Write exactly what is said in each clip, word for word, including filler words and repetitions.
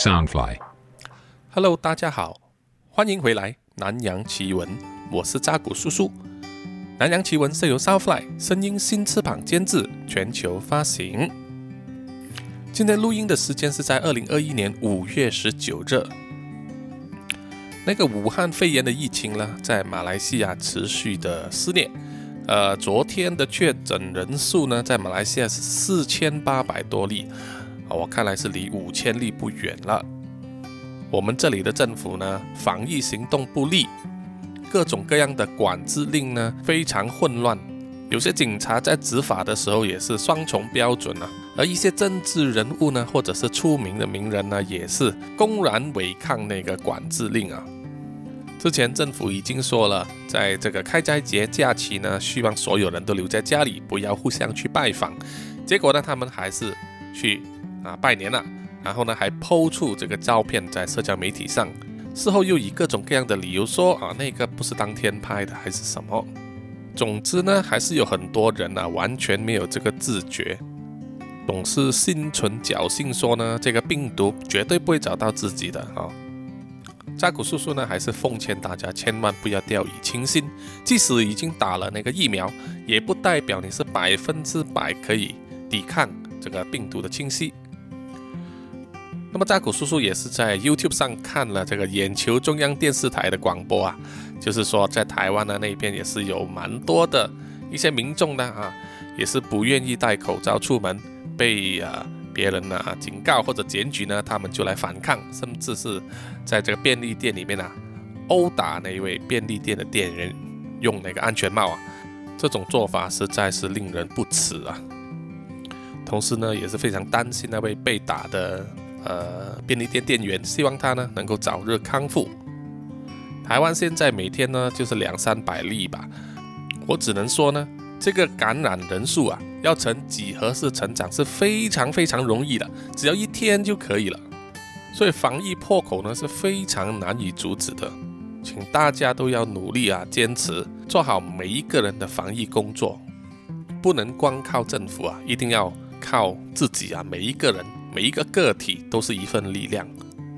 Soundfly。Hello， 大家好，欢迎回来南洋奇闻，我是扎古叔叔。南洋奇闻是由 Soundfly 声音新翅膀监制，全球发行。今天录音的时间是在二零二一年五月十九日。那个武汉肺炎的疫情呢，在马来西亚持续的肆虐。呃，昨天的确诊人数呢，在马来西亚是四千八百多例。我看来是离五千例不远了。我们这里的政府呢，防疫行动不力，各种各样的管制令呢非常混乱，有些警察在执法的时候也是双重标准啊，而一些政治人物呢，或者是出名的名人呢，也是公然违抗那个管制令啊。之前政府已经说了，在这个开斋节假期呢，希望所有人都留在家里，不要互相去拜访。结果呢，他们还是去啊拜年了，然后呢还 po 出这个照片在社交媒体上，事后又以各种各样的理由说啊那个不是当天拍的还是什么。总之呢，还是有很多人啊完全没有这个自觉，总是心存侥幸说呢这个病毒绝对不会找到自己的啊。扎古叔叔呢还是奉劝大家千万不要掉以轻心，即使已经打了那个疫苗，也不代表你是百分之百可以抵抗这个病毒的侵袭。那么扎古叔叔也是在 YouTube 上看了这个眼球中央电视台的广播啊，就是说在台湾的那边也是有蛮多的一些民众呢啊，也是不愿意戴口罩出门，被啊别人啊警告或者检举呢，他们就来反抗，甚至是在这个便利店里面啊殴打那一位便利店的店员，用那个安全帽啊，这种做法实在是令人不齿啊。同时呢，也是非常担心那位被打的呃便利店店员，希望他呢能够早日康复。台湾现在每天呢就是两三百例吧，我只能说呢，这个感染人数啊，要呈几何式成长是非常非常容易的，只要一天就可以了。所以防疫破口呢是非常难以阻止的，请大家都要努力啊，坚持做好每一个人的防疫工作，不能光靠政府啊，一定要靠自己啊，每一个人每一个个体都是一份力量。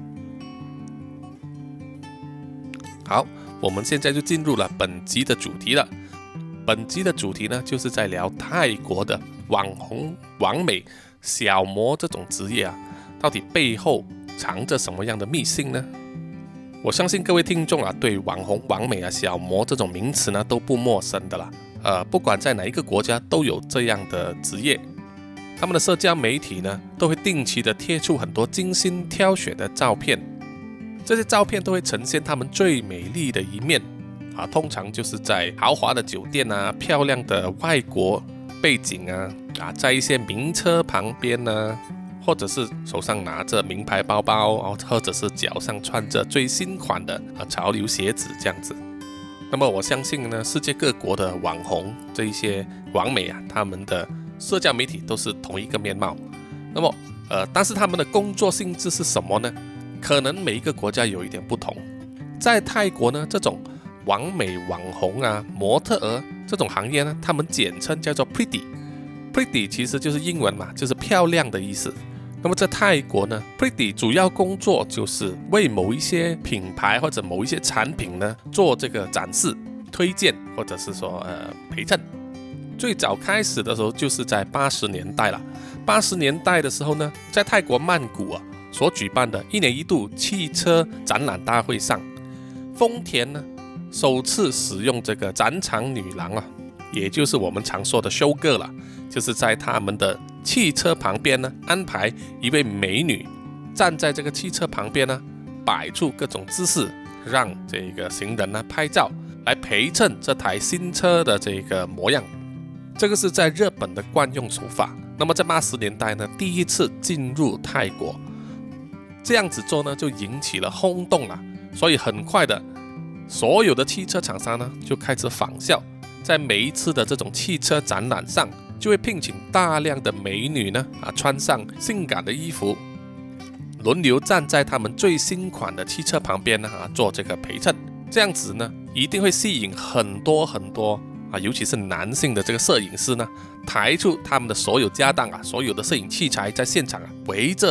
好，我们现在就进入了本集的主题了。本集的主题呢，就是在聊泰国的网红网美小模这种职业啊，到底背后藏着什么样的秘辛呢？我相信各位听众啊，对网红网美啊、小模这种名词呢都不陌生的啦。呃，不管在哪一个国家都有这样的职业，他们的社交媒体呢都会定期的贴出很多精心挑选的照片，这些照片都会呈现他们最美丽的一面。啊，通常就是在豪华的酒店啊、漂亮的外国背景啊，啊，在一些名车旁边呢，或者是手上拿着名牌包包，或者是脚上穿着最新款的啊潮流鞋子这样子。那么我相信呢，世界各国的网红这一些网美啊，他们的社交媒体都是同一个面貌。那么呃，但是他们的工作性质是什么呢？可能每一个国家有一点不同。在泰国呢，这种网美网红啊、模特儿这种行业呢，他们简称叫做 pretty。pretty 其实就是英文嘛，就是漂亮的意思。那么在泰国呢 ，pretty 主要工作就是为某一些品牌或者某一些产品呢做这个展示、推荐，或者是说呃陪衬。最早开始的时候就是在八十年代了。八十年代的时候呢，在泰国曼谷啊所举办的一年一度汽车展览大会上，丰田呢首次使用这个展场女郎啊，也就是我们常说的 show girl 了，就是在他们的汽车旁边呢安排一位美女站在这个汽车旁边呢，摆出各种姿势，让这个行人呢拍照，来陪衬这台新车的这个模样。这个是在日本的惯用手法。那么在八十年代呢，第一次进入泰国，这样子做呢就引起了轰动了，所以很快的，所有的汽车厂商呢就开始仿效，在每一次的这种汽车展览上，就会聘请大量的美女呢啊穿上性感的衣服，轮流站在他们最新款的汽车旁边呢啊做这个陪衬。这样子呢一定会吸引很多很多啊，尤其是男性的这个摄影师呢，抬出他们的所有家当啊，所有的摄影器材在现场啊，围着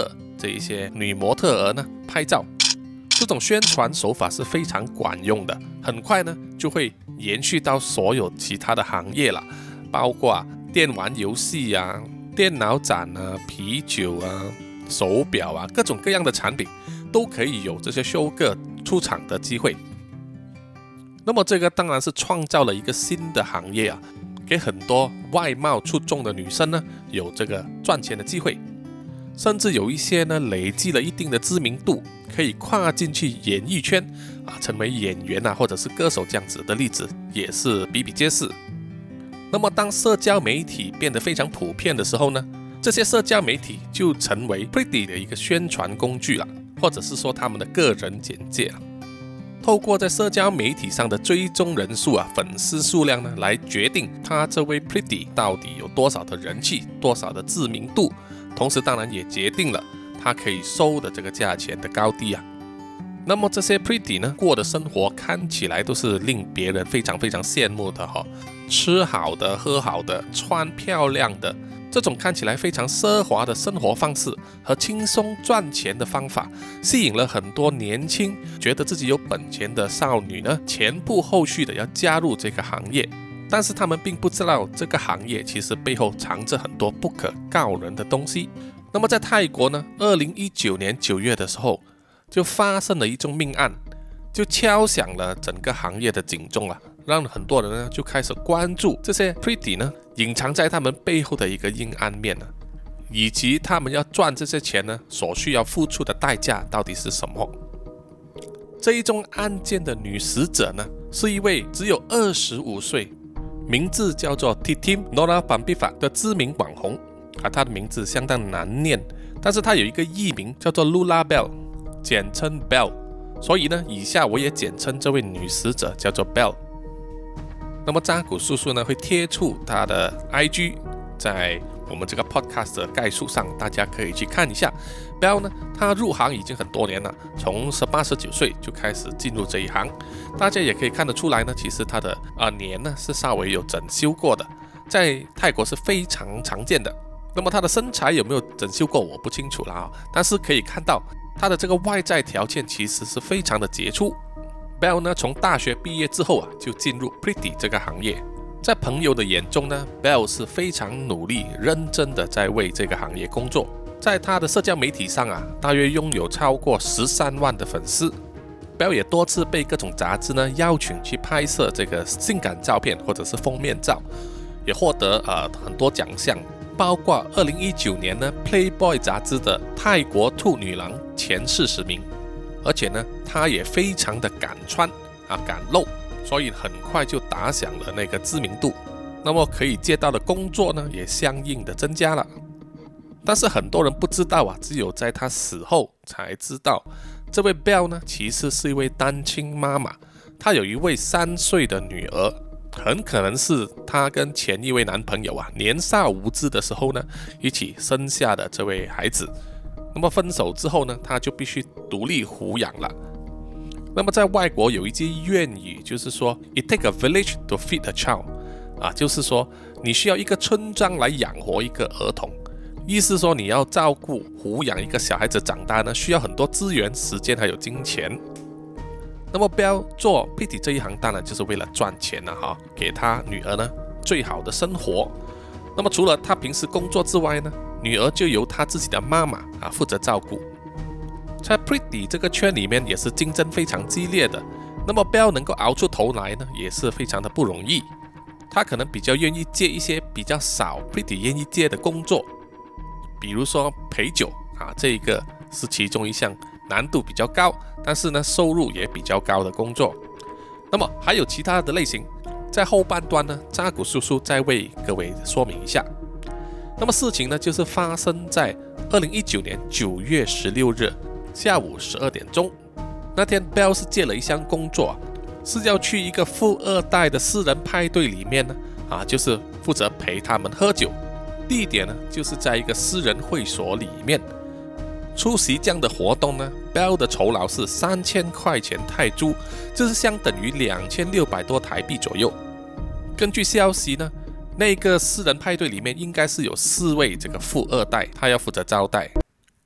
这一些女模特儿呢拍照。这种宣传手法是非常管用的，很快呢就会延续到所有其他的行业了，包括电玩游戏啊、电脑展啊、啤酒啊、手表啊，各种各样的产品都可以有这些show girl出场的机会。那么这个当然是创造了一个新的行业啊，给很多外貌出众的女生呢有这个赚钱的机会，甚至有一些呢累积了一定的知名度，可以跨进去演艺圈啊，成为演员啊或者是歌手这样子的例子也是比比皆是。那么当社交媒体变得非常普遍的时候呢，这些社交媒体就成为 Pretty 的一个宣传工具了，或者是说他们的个人简介了。透过在社交媒体上的追踪人数啊、粉丝数量呢，来决定他这位 Pretty 到底有多少的人气、多少的知名度，同时当然也决定了他可以收的这个价钱的高低啊。那么这些 Pretty 呢，过的生活看起来都是令别人非常非常羡慕的哈、哦，吃好的、喝好的、穿漂亮的，这种看起来非常奢华的生活方式和轻松赚钱的方法，吸引了很多年轻觉得自己有本钱的少女呢，前仆后续的要加入这个行业。但是他们并不知道这个行业其实背后藏着很多不可告人的东西。那么在泰国呢，二零一九年九月的时候，就发生了一宗命案，就敲响了整个行业的警钟啊，让很多人呢就开始关注这些 Pretty 呢隐藏在他们背后的一个阴暗面呢，以及他们要赚这些钱呢所需要付出的代价到底是什么。这一宗案件的女死者呢，是一位只有二十五岁，名字叫做 Titim Nora Pampifa 的知名网红啊，她的名字相当难念，但是她有一个艺名叫做 Lula Bell， 简称 Bell， 所以呢，以下我也简称这位女死者叫做 Bell。那么扎古叔叔呢会贴出她的 I G 在我们这个 podcast 的概述上，大家可以去看一下。Bell 呢，她入行已经很多年了，从十八、十九岁就开始进入这一行。大家也可以看得出来呢，其实她的、呃、年呢是稍微有整修过的，在泰国是非常常见的。那么她的身材有没有整修过我不清楚啦，但是可以看到她的这个外在条件其实是非常的杰出。Bell 呢，从大学毕业之后啊，就进入 Pretty 这个行业。在朋友的眼中呢 ，Bell 是非常努力、认真的在为这个行业工作。在他的社交媒体上啊，大约拥有超过十三万的粉丝。Bell 也多次被各种杂志呢邀请去拍摄这个性感照片或者是封面照，也获得呃很多奖项，包括二零一九年呢 Playboy 杂志的泰国兔女郎前四十名。而且呢，她也非常的敢穿啊，敢露，所以很快就打响了那个知名度。那么可以接到的工作呢，也相应的增加了。但是很多人不知道啊，只有在她死后才知道，这位 Bell 呢，其实是一位单亲妈妈，她有一位三岁的女儿，很可能是她跟前一位男朋友啊年少无知的时候呢，一起生下的这位孩子。那么分手之后呢，他就必须独立抚养了。那么在外国有一句谚语，就是说 "It takes a village to feed a child"， 啊，就是说你需要一个村庄来养活一个儿童。意思说你要照顾抚养一个小孩子长大呢，需要很多资源、时间还有金钱。那么 Bell 做 Pretty 这一行，当然就是为了赚钱了哈，给他女儿呢最好的生活。那么除了他平时工作之外呢，女儿就由她自己的妈妈啊负责照顾。在 Pretty 这个圈里面也是竞争非常激烈的，那么 Bell 能够熬出头来呢，也是非常的不容易。她可能比较愿意接一些比较少 Pretty 愿意接的工作，比如说陪酒啊，这一个是其中一项难度比较高，但是呢收入也比较高的工作。那么还有其他的类型，在后半段呢，扎古叔叔再为各位说明一下。那么事情呢，就是发生在二零一九年九月十六日下午十二点钟。那天 Bell 是接了一项工作，是要去一个富二代的私人派对里面呢，啊，就是负责陪他们喝酒。地点呢，就是在一个私人会所里面。出席这样的活动呢 ，Bell 的酬劳是三千块钱泰铢，就是相等于两千六百多台币左右。根据消息呢，那个私人派对里面应该是有四位这个富二代，他要负责招待。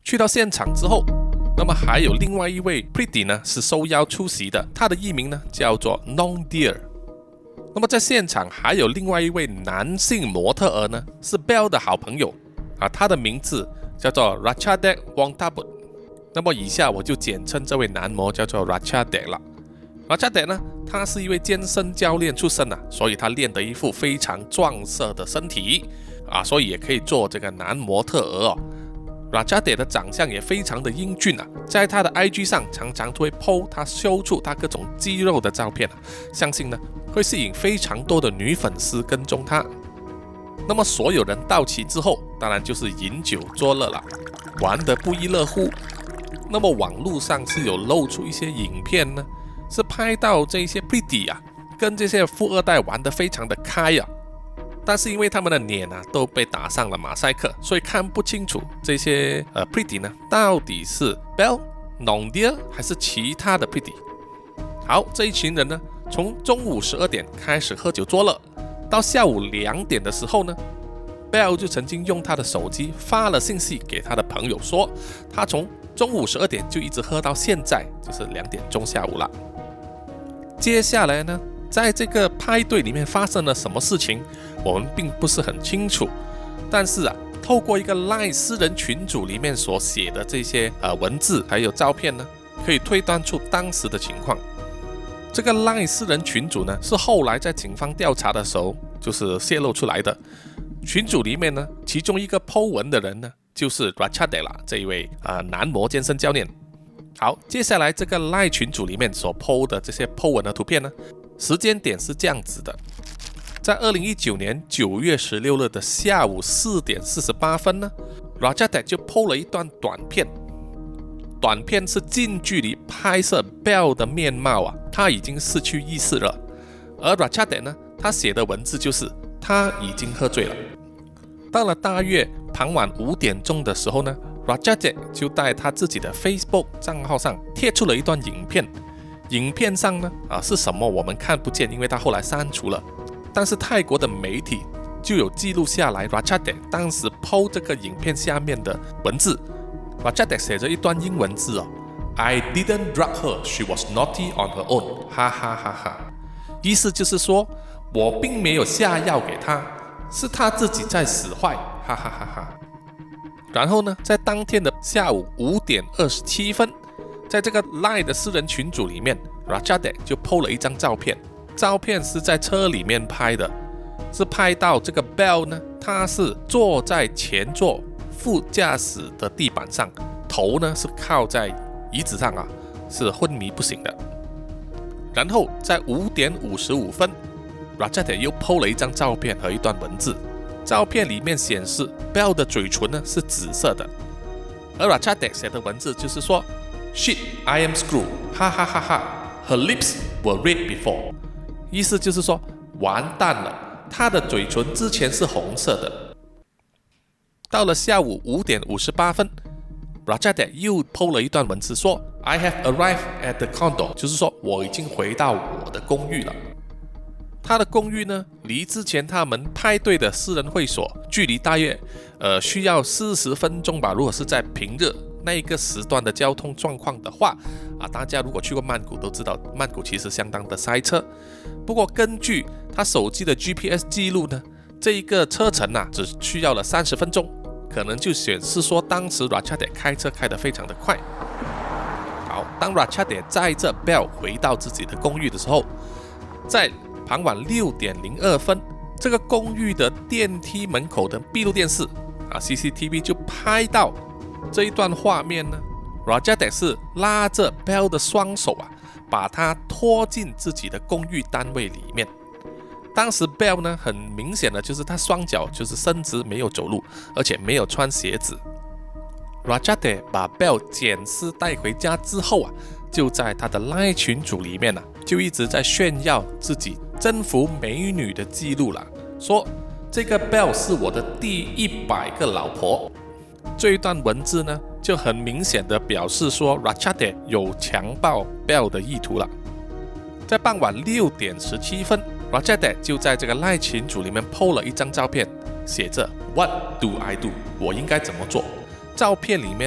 去到现场之后，那么还有另外一位 Pretty 呢是受邀出席的，他的艺名呢叫做 Nongdeer。那么在现场还有另外一位男性模特儿呢，是 Belle 的好朋友啊，他的名字叫做 Ratchadet Wongtabut。那么以下我就简称这位男模叫做 Ratchadet 了。Ratchadet 呢，他是一位健身教练出身啊，所以他练得一副非常壮硕的身体啊，所以也可以做这个男模特儿哦。Ratchadet 的长相也非常的英俊啊，在他的 I G 上常常都会 po 他秀出他各种肌肉的照片啊，相信呢会吸引非常多的女粉丝跟踪他。那么所有人到齐之后，当然就是饮酒作乐了，玩得不亦乐乎。那么网络上是有露出一些影片呢，是拍到这些 Pretty 啊跟这些富二代玩得非常的开啊。但是因为他们的脸啊都被打上了马赛克，所以看不清楚这些呃 Pretty 呢到底是 Belle、Nongdeer 还是其他的 Pretty。好，这一群人呢从中午十二点开始喝酒作乐，到下午两点的时候呢 ，Belle 就曾经用他的手机发了信息给他的朋友说，他从中午十二点就一直喝到现在，就是两点钟下午了。接下来呢，在这个派对里面发生了什么事情，我们并不是很清楚。但是啊，透过一个 LINE 私人群组里面所写的这些呃文字还有照片呢，可以推断出当时的情况。这个 LINE 私人群组呢，是后来在警方调查的时候就是泄露出来的。群组里面呢，其中一个 po 文的人呢，就是 Ratchadet 这一位呃男模健身教练。好，接下来这个 LINE 群组里面所 po 的这些 po 文的图片呢，时间点是这样子的，在二零一九年九月十六日的下午四点四十八分呢 ，Ratchadet 就 po 了一段短片。短片是近距离拍摄 Belle 的面貌啊，他已经失去意识了。而 Ratchadet 呢，他写的文字就是他已经喝醉了。到了大约傍晚五点钟的时候呢 ，Ratchadet 就在他自己的 Facebook 账号上贴出了一段影片。影片上呢，啊是什么我们看不见，因为他后来删除了。但是泰国的媒体就有记录下来 Ratchadet 当时 po 这个影片下面的文字。Ratchadet 写着一段英文字哦 ，I didn't drug her, she was naughty on her own， 哈哈哈哈。意思就是说，我并没有下药给她，是她自己在使坏，哈哈哈哈。然后呢，在当天的下午五点二十七分，在这个 LINE 的私人群组里面 ，Ratchadet 就 po 了一张照片，照片是在车里面拍的，是拍到这个 Belle 呢，她是坐在前座副驾驶的地板上，头呢是靠在椅子上啊，是昏迷不醒的。然后在五点五十五分 ，Ratchadet 又 po 了一张照片和一段文字。照片里面显示 Belle 的嘴唇呢是紫色的，而 Ratchadet 写的文字就是说 ，Shit, I am screwed， 哈哈哈哈 ，Her lips were red before， 意思就是说完蛋了，她的嘴唇之前是红色的。到了下午五点五十八分 ，Ratchadet 又 po 了一段文字说 ，I have arrived at the condo， 就是说我已经回到我的公寓了。他的公寓呢，离之前他们派对的私人会所距离大约呃需要四十分钟吧。如果是在平日那个时段的交通状况的话，啊，大家如果去过曼谷都知道，曼谷其实相当的塞车。不过根据他手机的 G P S 记录呢，这一个车程啊只需要了三十分钟，可能就显示说当时 Ratchadet 开车开得非常的快。好，当 Ratchadet 载着 Belle 回到自己的公寓的时候，在傍晚六点零二分，这个公寓的电梯门口的闭路电视啊 C C T V 就拍到这一段画面呢。Ratchadet 是拉着 Belle 的双手啊，把她拖进自己的公寓单位里面。当时 Belle 呢，很明显的就是她双脚就是伸直没有走路，而且没有穿鞋子。Ratchadet 把 Belle 捡尸带回家之后啊，就在他的 LINE 群组里面啊，就一直在炫耀自己征服美女的记录了，说这个 Belle 是我的第一百个老婆。这一段文字呢，就很明显的表示说 Ratchadet 有强暴 Belle 的意图了。在傍晚六点十七分 ，Ratchadet 就在这个 LINE 群组里面 po 了一张照片，写着 What do I do？ 我应该怎么做？照片里面呢，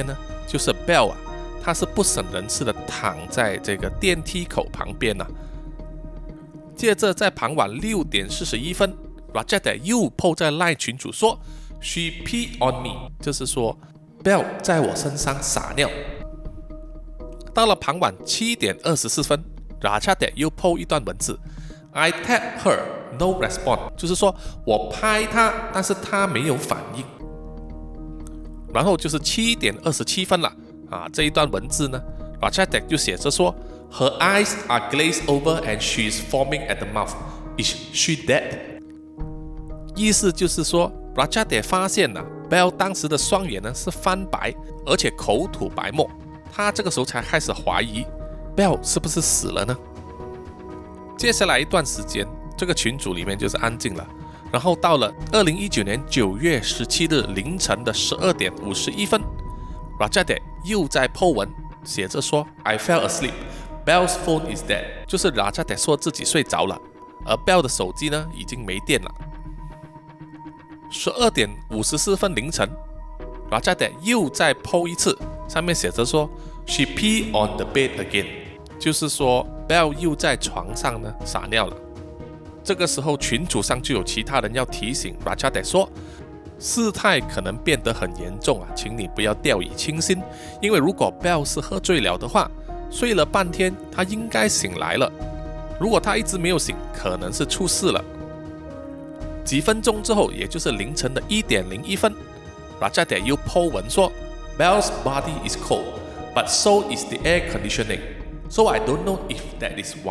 就是 Bell 啊，他是不省人事的躺在这个电梯口旁边啊。接着在傍晚六点四十一分 Rajat 又 po 在 Line 群组说 She peed on me， 就是说 Bell 在我身上撒尿。到了傍晚七点二十四分 Rajat 又 po 一段文字 I tapped her no response， 就是说我拍她，但是她没有反应。然后就是七点二十七分了啊，这一段文字呢 Rajat 就写着说 Her eyes are glazed over and she is foaming at the mouth. Is she dead？ 意思就是说 Rajat 发现了 Bell 当时的双眼呢是翻白，而且口吐白沫。他这个时候才开始怀疑 Bell 是不是死了呢？接下来一段时间，这个群组里面就是安静了。然后到了二零一九年九月十七日凌晨的十二点五十一分 Rajat 又在 po 文写着说 I fell asleep, Bell's phone is dead， 就是 Rajat 说自己睡着了，而 Bell 的手机呢已经没电了。十二点五十四分凌晨 Rajat 又在 po 一次，上面写着说 She peed on the bed again， 就是说 Bell 又在床上呢撒尿了。这个时候群组上就有其他人要提醒 Rajat 说，事态可能变得很严重啊，请你不要掉以轻心，因为如果 Bell 是喝醉了的话，睡了半天他应该醒来了，如果他一直没有醒，可能是出事了。几分钟之后，也就是凌晨的一点零一分 Rajat 又 po 文说 Bell's body is cold, but so is the air conditioning, so I don't know if that is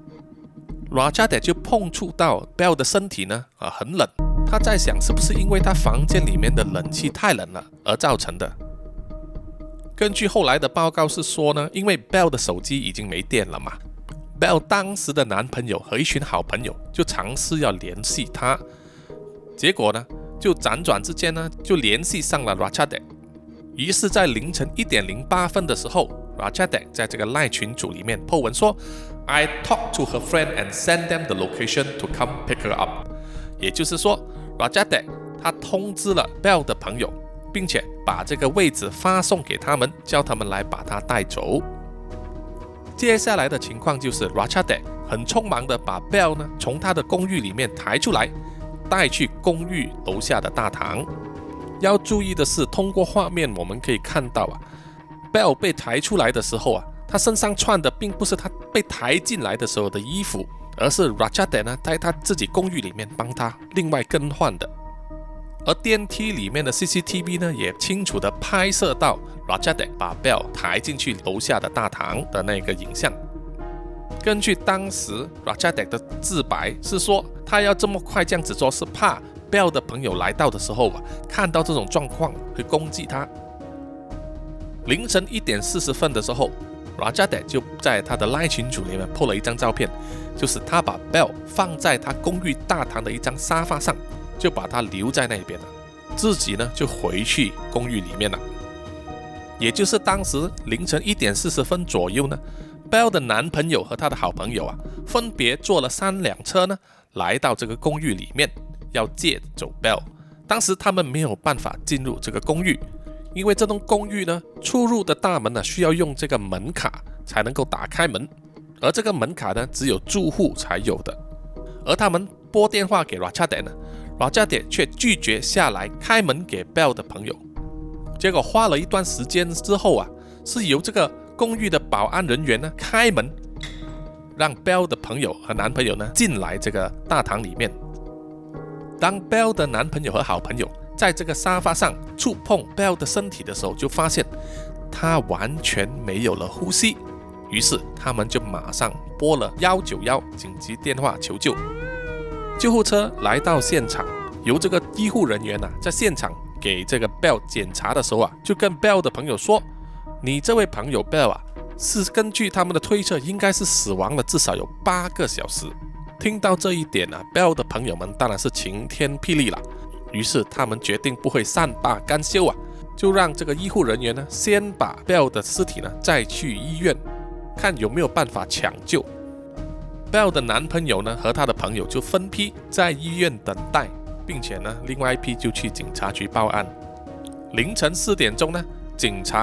why。Rajat 就碰触到 Bell 的身体呢、啊、很冷，他在想是不是因为他房间里面的冷气太冷了而造成的。根据后来的报告是说呢，因为 Bell 的手机已经没电了嘛， Bell 当时的男朋友和一群好朋友就尝试要联系他，结果呢就辗转之间呢就联系上了 Rajat。 于是在凌晨一点零八分的时候， Rajat 在这个 Line 群组里面 po 文说I talked to her friend and sent them the location to come pick her up。 也就是说 Rajat 他通知了 Bell 的朋友，并且把这个位置发送给他们，叫他们来把他带走。接下来的情况就是 Rajat 很匆忙的把 Bell 呢从他的公寓里面抬出来，带去公寓楼下的大堂。要注意的是，通过画面我们可以看到啊 Bell 被抬出来的时候啊，他身上穿的并不是他被抬进来的时候的衣服，而是 Rajat 呢在他自己公寓里面帮他另外更换的。而电梯里面的 C C T V 呢也清楚的拍摄到 Rajat 把 Bell 抬进去楼下的大堂的那个影像。根据当时 Rajat 的自白是说，他要这么快这样子做是怕 Bell 的朋友来到的时候啊，看到这种状况会攻击他。凌晨一点四十分的时候， Rajat 就在他的 Line 群组里面 po 了一张照片，就是他把 Bell 放在他公寓大堂的一张沙发上，就把他留在那边了，自己呢就回去公寓里面了。也就是当时凌晨一点四十分左右呢， Bell 的男朋友和他的好朋友啊，分别坐了三辆车呢，来到这个公寓里面，要借走 Bell。 当时他们没有办法进入这个公寓，因为这栋公寓呢，出入的大门呢需要用这个门卡才能够打开门，而这个门卡呢只有住户才有的。而他们拨电话给 Rajat 呢， Rajat 却拒绝下来开门给 Bell 的朋友。结果花了一段时间之后啊，是由这个公寓的保安人员呢开门，让 Bell 的朋友和男朋友呢进来这个大堂里面。当 Bell 的男朋友和好朋友在这个沙发上触碰 Bell 的身体的时候，就发现他完全没有了呼吸，于是他们就马上拨了一九一紧急电话求救。救护车来到现场，由这个医护人员啊在现场给这个 Bell 检查的时候啊，就跟 Bell 的朋友说，你这位朋友 Bell 啊，是根据他们的推测应该是死亡了至少有八个小时。听到这一点啊 Bell 的朋友们当然是晴天霹雳了，于是他们决定不会善罢甘休啊，就让这个医护人员呢先把 Bell 的尸体呢再去医院，看有没有办法抢救。 Bell 的男朋友呢和他的朋友就分批在医院等待，并且呢另外一批就去警察局报案。凌晨四点钟呢，警察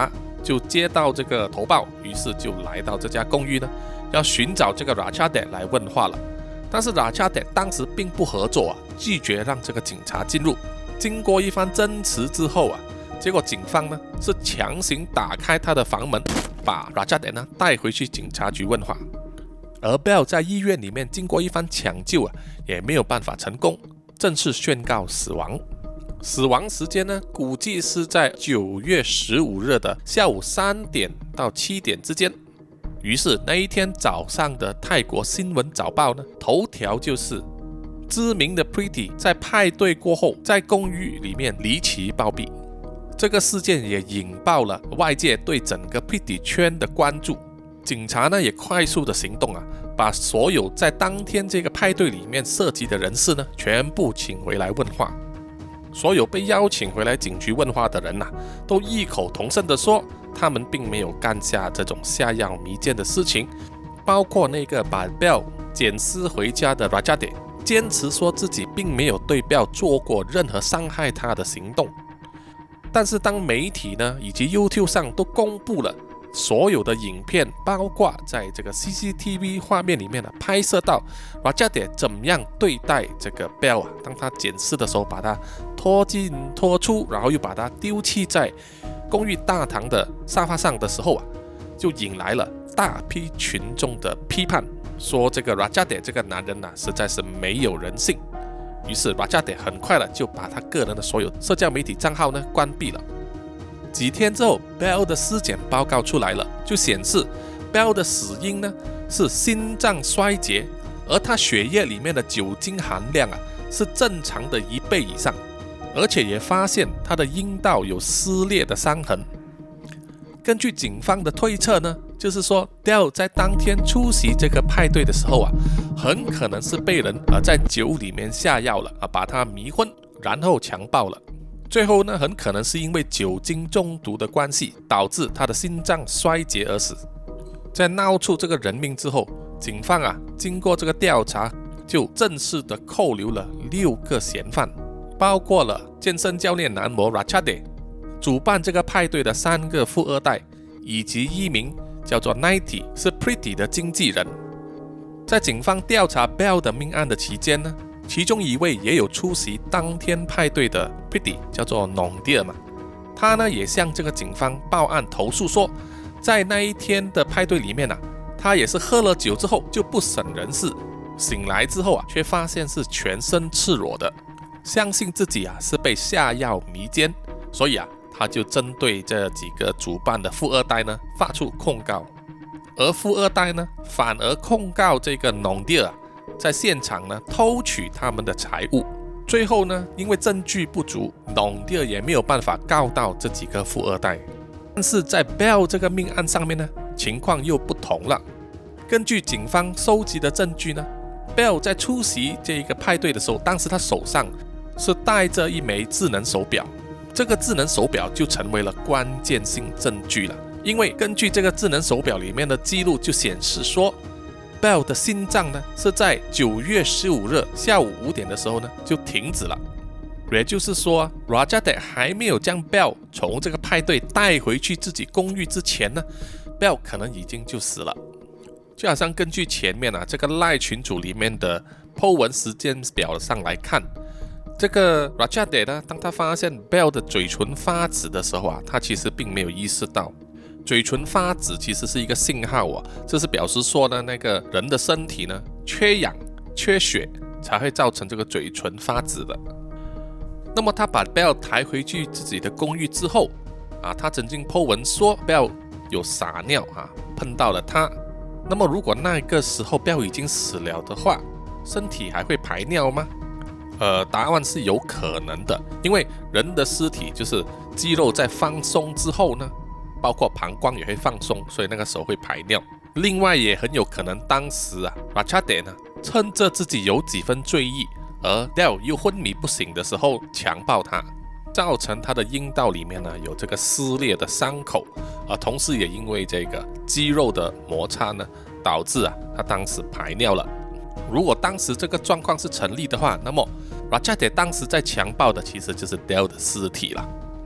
就接到这个投报，于是就来到这家公寓呢，要寻找这个 Ratchadet 来问话了。但是 Ratchadet 当时并不合作啊，拒绝让这个警察进入。经过一番争执之后啊，结果警方呢是强行打开他的房门，把 Ratchadet 呢带回去警察局问话。而 Bell 在医院里面经过一番抢救啊，也没有办法成功，正式宣告死亡。死亡时间呢，估计是在九月十五日的下午三点到七点之间。于是那一天早上的泰国新闻早报呢，头条就是知名的 Pretty 在派对过后在公寓里面离奇暴毙。这个事件也引爆了外界对整个 Pretty 圈的关注。警察呢也快速的行动啊，把所有在当天这个派对里面涉及的人士呢全部请回来问话。所有被邀请回来警局问话的人啊，都异口同声的说，他们并没有干下这种下药迷奸的事情，包括那个把 Bell 捡尸回家的 Ratchadet， 坚持说自己并没有对 Bell 做过任何伤害他的行动。但是当媒体呢以及 YouTube 上都公布了所有的影片，包括在这个 C C T V 画面里面呢拍摄到 Ratchadet 怎么样对待这个 Bell 啊，当他捡尸的时候把他拖进拖出，然后又把他丢弃在公寓大堂的沙发上的时候啊，就引来了大批群众的批判，说这个 Ratchadet 这个男人啊实在是没有人性。于是 Ratchadet 很快了就把他个人的所有社交媒体账号呢关闭了。几天之后 Bell 的尸检报告出来了，就显示 Bell 的死因呢是心脏衰竭，而他血液里面的酒精含量啊是正常的一倍以上，而且也发现他的阴道有撕裂的伤痕。根据警方的推测呢，就是说 Bell 在当天出席这个派对的时候啊，很可能是被人啊在酒里面下药了啊，把他迷昏，然后强暴了。最后呢，很可能是因为酒精中毒的关系，导致他的心脏衰竭而死。在闹出这个人命之后，警方啊经过这个调查，就正式的扣留了六个嫌犯，包括了健身教练男模 Ratchadet， 主办这个派对的三个富二代，以及一名叫做 Nighty 是 Pretty 的经纪人。在警方调查 Bell 的命案的期间呢，其中一位也有出席当天派对的 Pretty 叫做 Nongdear 嘛，他呢也向这个警方报案投诉说，在那一天的派对里面啊，他也是喝了酒之后就不省人事，醒来之后啊，却发现是全身赤裸的，相信自己啊是被下药迷奸，所以啊他就针对这几个主办的富二代呢发出控告，而富二代呢反而控告这个 Nongdear 啊在现场呢偷取他们的财物。最后呢，因为证据不足 Nongdear 也没有办法告到这几个富二代。但是在 Bell 这个命案上面呢，情况又不同了。根据警方收集的证据呢， Bell 在出席这个派对的时候，当时他手上是戴着一枚智能手表，这个智能手表就成为了关键性证据了。因为根据这个智能手表里面的记录就显示说， Bell 的心脏呢是在九月十五日下午五点的时候呢就停止了，也就是说 Ratchadet 还没有将 Bell 从这个派对带回去自己公寓之前呢， Bell 可能已经就死了。就好像根据前面啊这个赖群组里面的 po 文时间表上来看，这个 Ratchadet 呢，当他发现 Bell 的嘴唇发紫的时候啊，他其实并没有意识到嘴唇发紫其实是一个信号啊，这是表示说呢，那个人的身体呢缺氧缺血才会造成这个嘴唇发紫的。那么他把 Bell 抬回去自己的公寓之后啊，他曾经 po 文说 Bell 有撒尿啊，碰到了他。那么如果那个时候 Bell 已经死了的话，身体还会排尿吗？呃，答案是有可能的，因为人的尸体就是肌肉在放松之后呢，包括膀胱也会放松，所以那个时候会排尿。另外也很有可能当时啊 Ratchadet 呢趁着自己有几分醉意，而 Bell 又昏迷不醒的时候强暴他，造成他的阴道里面呢有这个撕裂的伤口，而同时也因为这个肌肉的摩擦呢，导致啊他当时排尿了。如果当时这个状况是成立的话，那么 Ratchadet 当时在强暴的其实就是 Bell 的尸体了。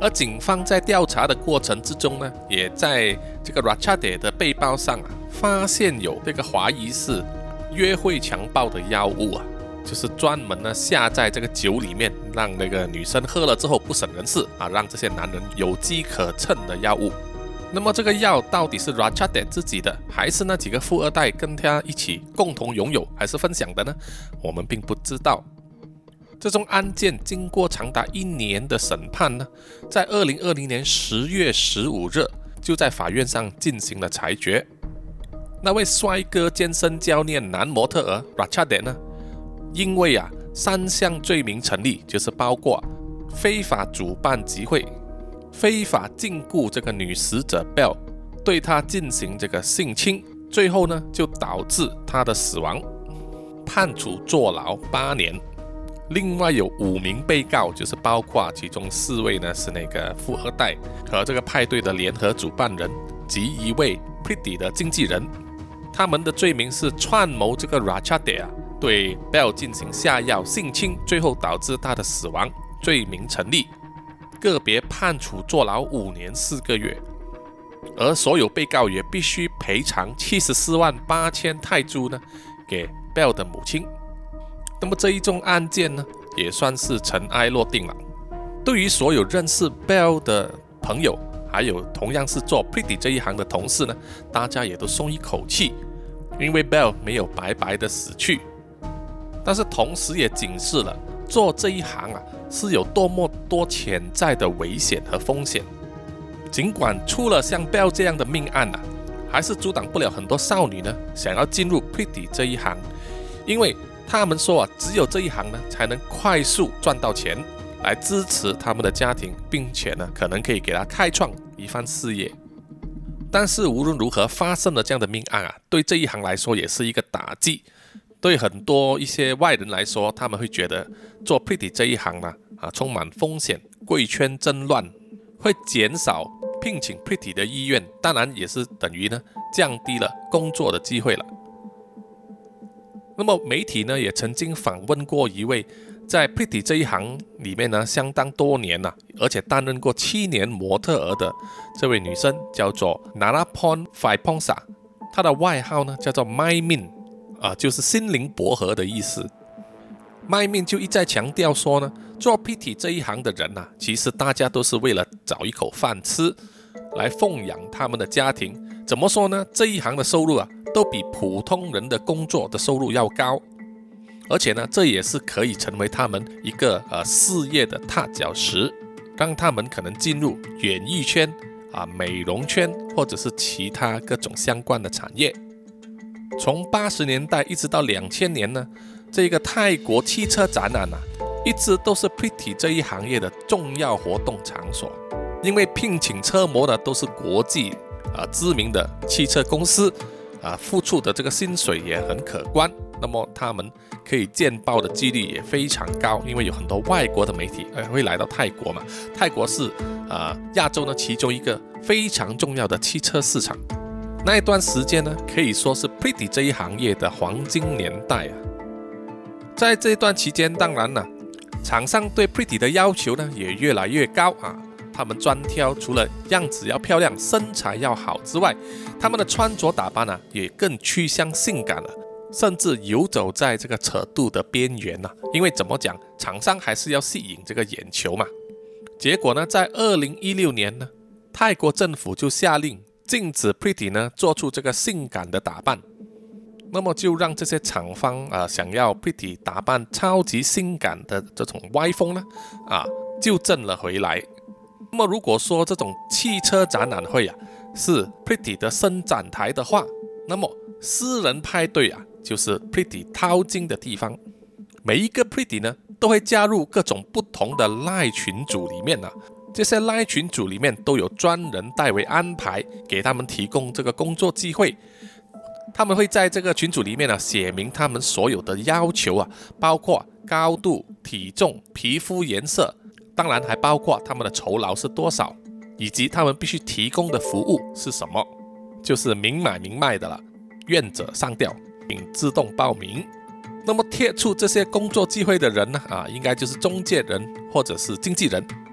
而警方在调查的过程之中呢，也在这个 Ratchade 的背包上啊，发现有这个怀疑是约会强暴的药物啊，就是专门呢下在这个酒里面，让那个女生喝了之后不省人事啊，让这些男人有机可乘的药物。那么这个药到底是 Ratchade 自己的，还是那几个富二代跟他一起共同拥有还是分享的呢？我们并不知道。这宗案件经过长达一年的审判呢，在二零二零年十月十五日就在法院上进行了裁决。那位帅哥健身教练男模特儿 Ratchade 呢，因为啊三项罪名成立，就是包括非法主办集会、非法禁锢这个女死者 Belle， 对她进行这个性侵，最后呢就导致她的死亡，判处坐牢八年。另外有五名被告，就是包括其中四位呢是那个富二代和这个派对的联合主办人及一位 Pretty 的经纪人，他们的罪名是串谋这个 Ratchade 啊对 Belle 进行下药性侵，最后导致她的死亡，罪名成立，个别判处坐牢五年四个月，而所有被告也必须赔偿七十四万八千泰铢呢给 Belle 的母亲。那么这一宗案件呢，也算是尘埃落定了。对于所有认识 Belle 的朋友，还有同样是做 Pretty 这一行的同事呢，大家也都松一口气，因为 Belle 没有白白的死去。但是同时也警示了，做这一行啊是有多么多潜在的危险和风险。尽管出了像 Belle 这样的命案啊，还是阻挡不了很多少女呢想要进入 Pretty 这一行，因为他们说啊，只有这一行呢，才能快速赚到钱，来支持他们的家庭，并且呢，可能可以给他开创一番事业。但是无论如何，发生了这样的命案啊，对这一行来说也是一个打击。对很多一些外人来说，他们会觉得做 Pretty 这一行呢，啊，充满风险，贵圈真乱，会减少聘请 Pretty 的意愿，当然也是等于呢，降低了工作的机会了。那么媒体呢也曾经访问过一位在 Pretty 这一行里面呢相当多年了、啊，而且担任过七年模特儿的这位女生，叫做 Narapon Phaiphongsa， 她的外号呢叫做 My Min， 啊，就是心灵薄荷的意思。My Min 就一再强调说呢，做 Pretty 这一行的人啊，其实大家都是为了找一口饭吃，来奉养他们的家庭。怎么说呢？这一行的收入啊，都比普通人的工作的收入要高，而且呢，这也是可以成为他们一个呃事业的踏脚石，让他们可能进入演艺圈啊、美容圈或者是其他各种相关的产业。从八十年代一直到两千年呢，这个泰国汽车展览啊，一直都是 Pretty 这一行业的重要活动场所，因为聘请车模的都是国际啊知名的汽车公司。啊，付出的这个薪水也很可观，那么他们可以见报的几率也非常高，因为有很多外国的媒体会来到泰国嘛。泰国是啊亚洲呢其中一个非常重要的汽车市场。那一段时间呢，可以说是 Pretty 这一行业的黄金年代啊。在这段期间，当然了，厂商对 Pretty 的要求呢也越来越高啊。他们专挑除了样子要漂亮、身材要好之外，他们的穿着打扮呢、啊、也更趋向性感了，甚至游走在这个扯度的边缘了、啊。因为怎么讲，厂商还是要吸引这个眼球嘛。结果呢，在二零一六年呢，泰国政府就下令禁止 Pretty 呢做出这个性感的打扮，那么就让这些厂方啊、呃、想要 Pretty 打扮超级性感的这种歪风呢啊纠正了回来。那么如果说这种汽车展览会啊是 Pretty 的伸展台的话，那么私人派对啊就是 Pretty 掏金的地方。每一个 Pretty 呢都会加入各种不同的赖群组里面啊，这些赖群组里面都有专人代为安排，给他们提供这个工作机会。他们会在这个群组里面呢写明他们所有的要求啊，包括高度、体重、皮肤颜色，当然还包括他们的酬劳是多少，以及他们必须提供的服务是什么，就是明买明卖的了，愿者上吊并自动报名。那么贴出这些工作机会的人呢啊，应该就是中介人或者是经纪人，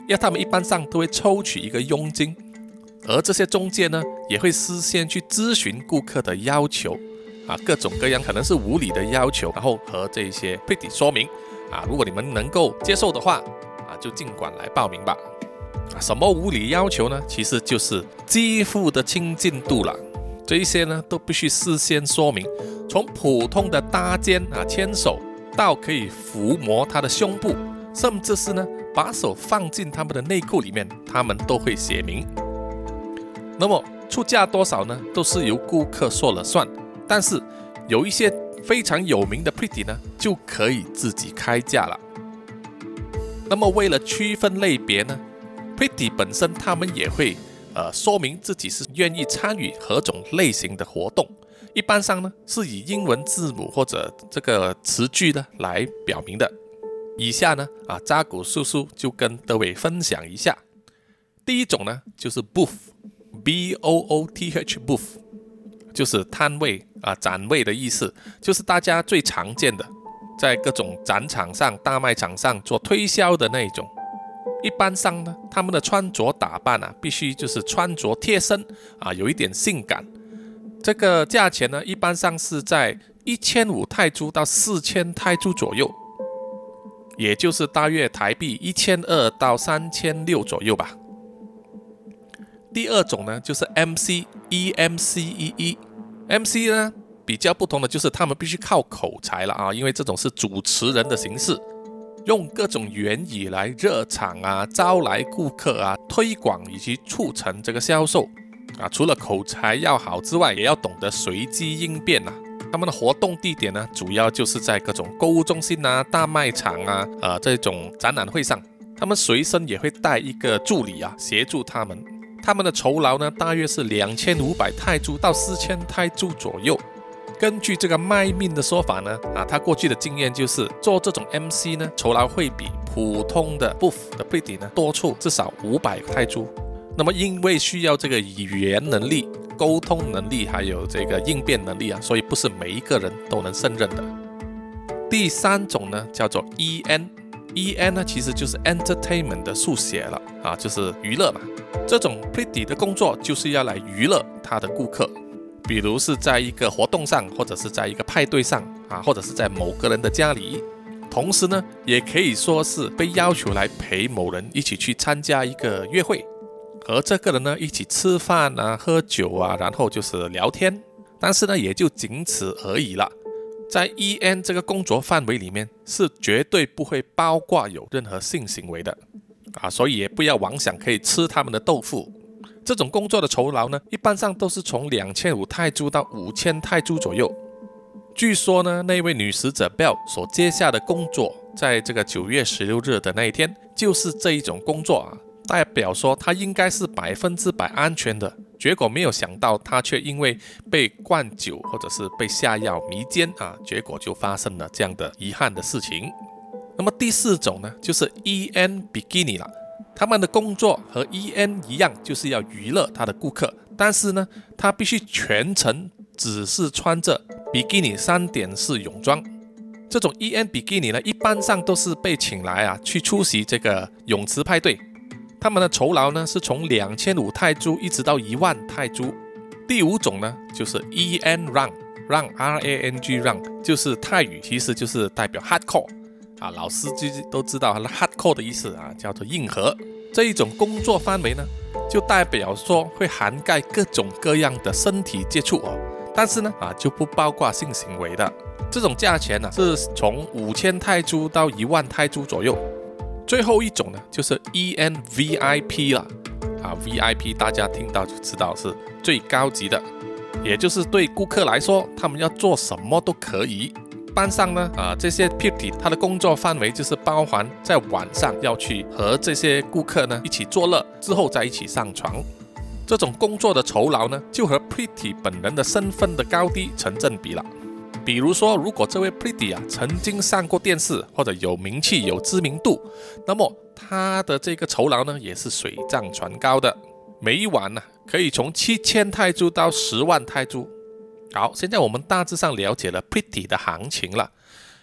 要他们一般上都会抽取一个佣金，而这些中介呢，也会事先去咨询顾客的要求啊，各种各样可能是无理的要求，然后和这些 pretty 说明啊，如果你们能够接受的话啊，就尽管来报名吧。啊，什么无理要求呢？其实就是肌肤的亲近度了。这一些呢，都必须事先说明，从普通的搭肩啊、牵手，到可以抚摸他的胸部，甚至是呢把手放进他们的内裤里面，他们都会写明。那么出价多少呢？都是由顾客说了算。但是有一些非常有名的 pretty 呢，就可以自己开价了。那么为了区分类别呢 ，pretty 本身他们也会呃说明自己是愿意参与何种类型的活动。一般上呢是以英文字母或者这个词句呢来表明的。以下呢啊扎古叔叔就跟各位分享一下。第一种呢就是 booth，B O O T H booth， 就是摊位啊展位的意思，就是大家最常见的，在各种展场上、大卖场上做推销的那一种。一般上呢，他们的穿着打扮啊，必须就是穿着贴身啊，有一点性感。这个价钱呢，一般上是在一千五泰铢到四千泰铢左右，也就是大约台币一千二到三千六左右吧。第二种呢，就是 M C，E M C E E。M C 呢比较不同的就是他们必须靠口才了啊，因为这种是主持人的形式，用各种言语来热场啊，招来顾客啊，推广以及促成这个销售啊。除了口才要好之外，也要懂得随机应变啊。他们的活动地点呢，主要就是在各种购物中心啊、大卖场啊、呃这种展览会上。他们随身也会带一个助理啊，协助他们。他们的酬劳呢，大约是两千五百泰铢到四千泰铢左右。根据这个卖命的说法呢，啊，他过去的经验就是做这种 M C 呢，酬劳会比普通的 booth 的 pretty 呢多出至少五百泰铢。那么因为需要这个语言能力、沟通能力还有这个应变能力啊，所以不是每一个人都能胜任的。第三种呢叫做 E N，E N 呢其实就是 entertainment 的速写了啊，就是娱乐嘛。这种 pretty 的工作就是要来娱乐他的顾客。比如是在一个活动上，或者是在一个派对上啊，或者是在某个人的家里，同时呢，也可以说是被要求来陪某人一起去参加一个约会，和这个人呢一起吃饭啊、喝酒啊，然后就是聊天。但是呢，也就仅此而已了。在 E N 这个工作范围里面，是绝对不会包括有任何性行为的啊，所以也不要妄想可以吃他们的豆腐。这种工作的酬劳呢，一般上都是从两千五泰铢到五千泰铢左右。据说呢，那位女使者 Bell 所接下的工作，在这个九月十六日的那一天，就是这一种工作啊，代表说她应该是百分之百安全的。结果没有想到，她却因为被灌酒或者是被下药迷奸啊，结果就发生了这样的遗憾的事情。那么第四种呢，就是 E N Bikini 了。他们的工作和 E N 一样，就是要娱乐他的顾客，但是呢，他必须全程只是穿着比基尼三点式泳装。这种 E N 比基尼呢，一般上都是被请来啊，去出席这个泳池派对。他们的酬劳呢，是从两千五泰铢一直到一万泰铢。第五种呢，就是 E N Rang，Rang R A N G Rang， 就是泰语，其实就是代表 hardcore。啊，老司机都知道 hardcore 的意思啊，叫做硬核。这一种工作范围呢，就代表说会涵盖各种各样的身体接触哦，但是呢，啊就不包括性行为的。这种价钱呢，是从五千泰铢到一万泰铢左右。最后一种呢，就是 E N V I P 了。啊 ，V I P 大家听到就知道是最高级的，也就是对顾客来说，他们要做什么都可以。一般上呢，啊，这些 pretty 他的工作范围就是包含在晚上要去和这些顾客呢一起作乐，之后再一起上床。这种工作的酬劳呢，就和 pretty 本人的身份的高低成正比了。比如说，如果这位 pretty 啊曾经上过电视，或者有名气、有知名度，那么他的这个酬劳呢也是水涨船高的，每一晚呢、啊、可以从七千泰铢到十万泰铢。好，现在我们大致上了解了 pretty 的行情了。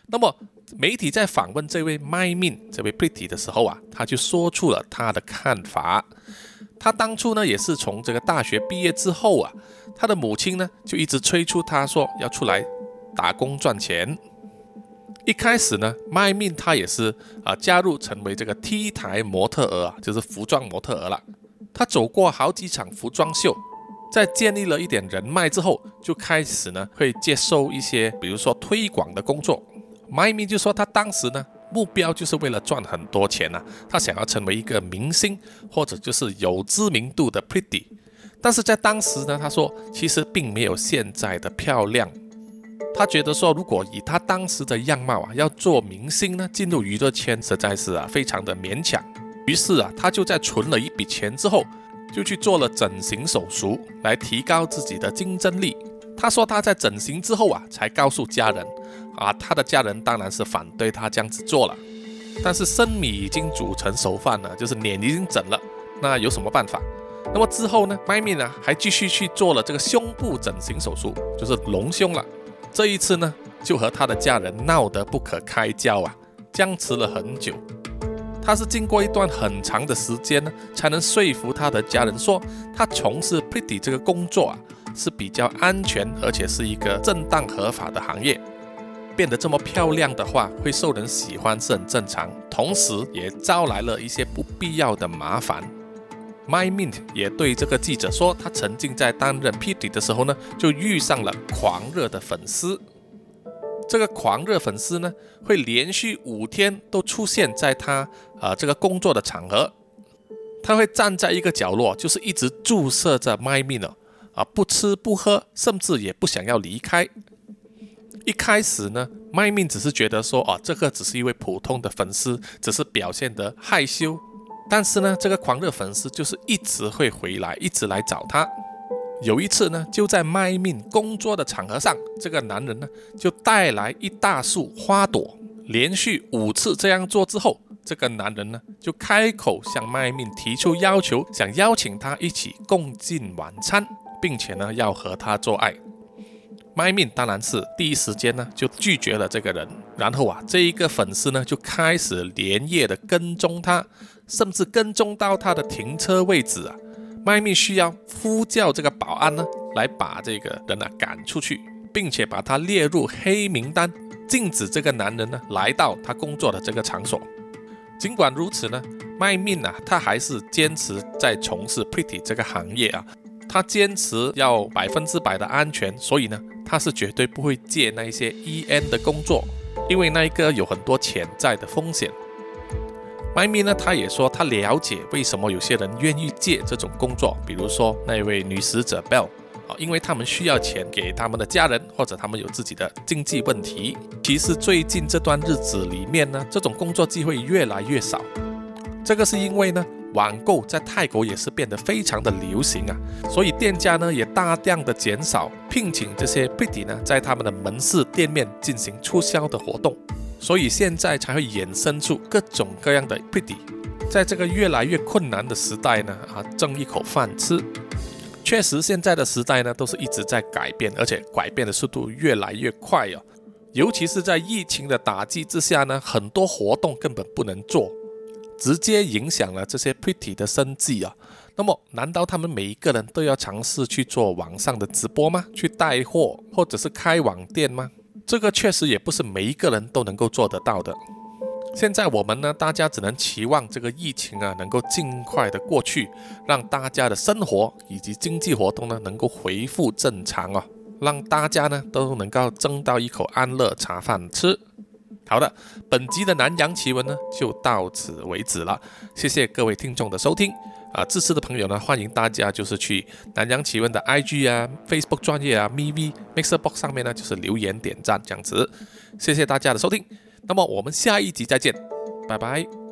那么媒体在访问这位 MyMin 这位 Pretty 的时候啊，他就说出了他的看法。他当初呢也是从这个大学毕业之后啊，他的母亲呢就一直催促他说要出来打工赚钱。一开始呢 MyMin 他也是啊、呃、加入成为这个 T 台模特儿啊，就是服装模特儿了。他走过好几场服装秀，在建立了一点人脉之后，就开始呢会接受一些比如说推广的工作。MyMin 就说他当时呢目标就是为了赚很多钱啊，他想要成为一个明星或者就是有知名度的 Pretty。 但是在当时呢，他说其实并没有现在的漂亮。他觉得说如果以他当时的样貌啊，要做明星呢，进入娱乐圈实在是啊非常的勉强。于是啊，他就在存了一笔钱之后，就去做了整形手术来提高自己的竞争力。他说他在整形之后啊，才告诉家人啊，他的家人当然是反对他这样子做了。但是生米已经煮成熟饭了，就是脸已经整了，那有什么办法？那么之后呢 ，MyMin 啊还继续去做了这个胸部整形手术，就是隆胸了。这一次呢，就和他的家人闹得不可开交啊，僵持了很久。他是经过一段很长的时间呢，才能说服他的家人说，他从事 Pretty 这个工作啊是比较安全，而且是一个正当合法的行业。变得这么漂亮的话，会受人喜欢是很正常，同时也招来了一些不必要的麻烦。MyMin 也对这个记者说，他曾经在担任 Pretty 的时候呢，就遇上了狂热的粉丝。这个狂热粉丝呢，会连续五天都出现在他呃这个工作的场合，他会站在一个角落，就是一直注视着 MyMin 啊，不吃不喝，甚至也不想要离开。一开始呢 ，MyMin 只是觉得说，哦，这个只是一位普通的粉丝，只是表现得害羞。但是呢，这个狂热粉丝就是一直会回来，一直来找他。有一次呢，就在 MyMin 工作的场合上，这个男人呢就带来一大束花朵，连续五次这样做之后，这个男人呢就开口向 MyMin 提出要求，想邀请他一起共进晚餐，并且呢要和他做爱。MyMin 当然是第一时间呢就拒绝了这个人，然后啊这一个粉丝呢就开始连夜的跟踪他，甚至跟踪到他的停车位置啊。MyMin 需要呼叫这个保安呢来把这个人啊赶出去，并且把他列入黑名单，禁止这个男人呢来到他工作的这个场所。尽管如此呢 ，MyMin 啊他还是坚持在从事 Pretty 这个行业啊，他坚持要百分之百的安全，所以呢他是绝对不会接那一些 E N 的工作，因为那一个有很多潜在的风险。MyMin 呢，他也说他了解为什么有些人愿意接这种工作，比如说那位女死者 Bell 啊，因为他们需要钱给他们的家人，或者他们有自己的经济问题。其实最近这段日子里面呢，这种工作机会越来越少。这个是因为呢，网购在泰国也是变得非常的流行啊，所以店家呢也大量的减少聘请这些 Pretty 呢在他们的门市店面进行促销的活动。所以现在才会衍生出各种各样的 Pretty， 在这个越来越困难的时代呢，啊，挣一口饭吃。确实，现在的时代呢，都是一直在改变，而且改变的速度越来越快哦。尤其是在疫情的打击之下呢，很多活动根本不能做，直接影响了这些 Pretty 的生计啊。那么，难道他们每一个人都要尝试去做网上的直播吗？去带货，或者是开网店吗？这个确实也不是每一个人都能够做得到的。现在我们呢，大家只能期望这个疫情啊能够尽快的过去，让大家的生活以及经济活动呢能够恢复正常哦，让大家呢都能够争到一口安乐茶饭吃。好的，本集的南洋奇闻呢就到此为止了，谢谢各位听众的收听。啊，支持的朋友呢，欢迎大家就是去南洋奇闻的 I G 啊、Facebook 专页啊、M V、Mixer Box 上面呢，就是留言点赞这样子。谢谢大家的收听，那么我们下一集再见，拜拜。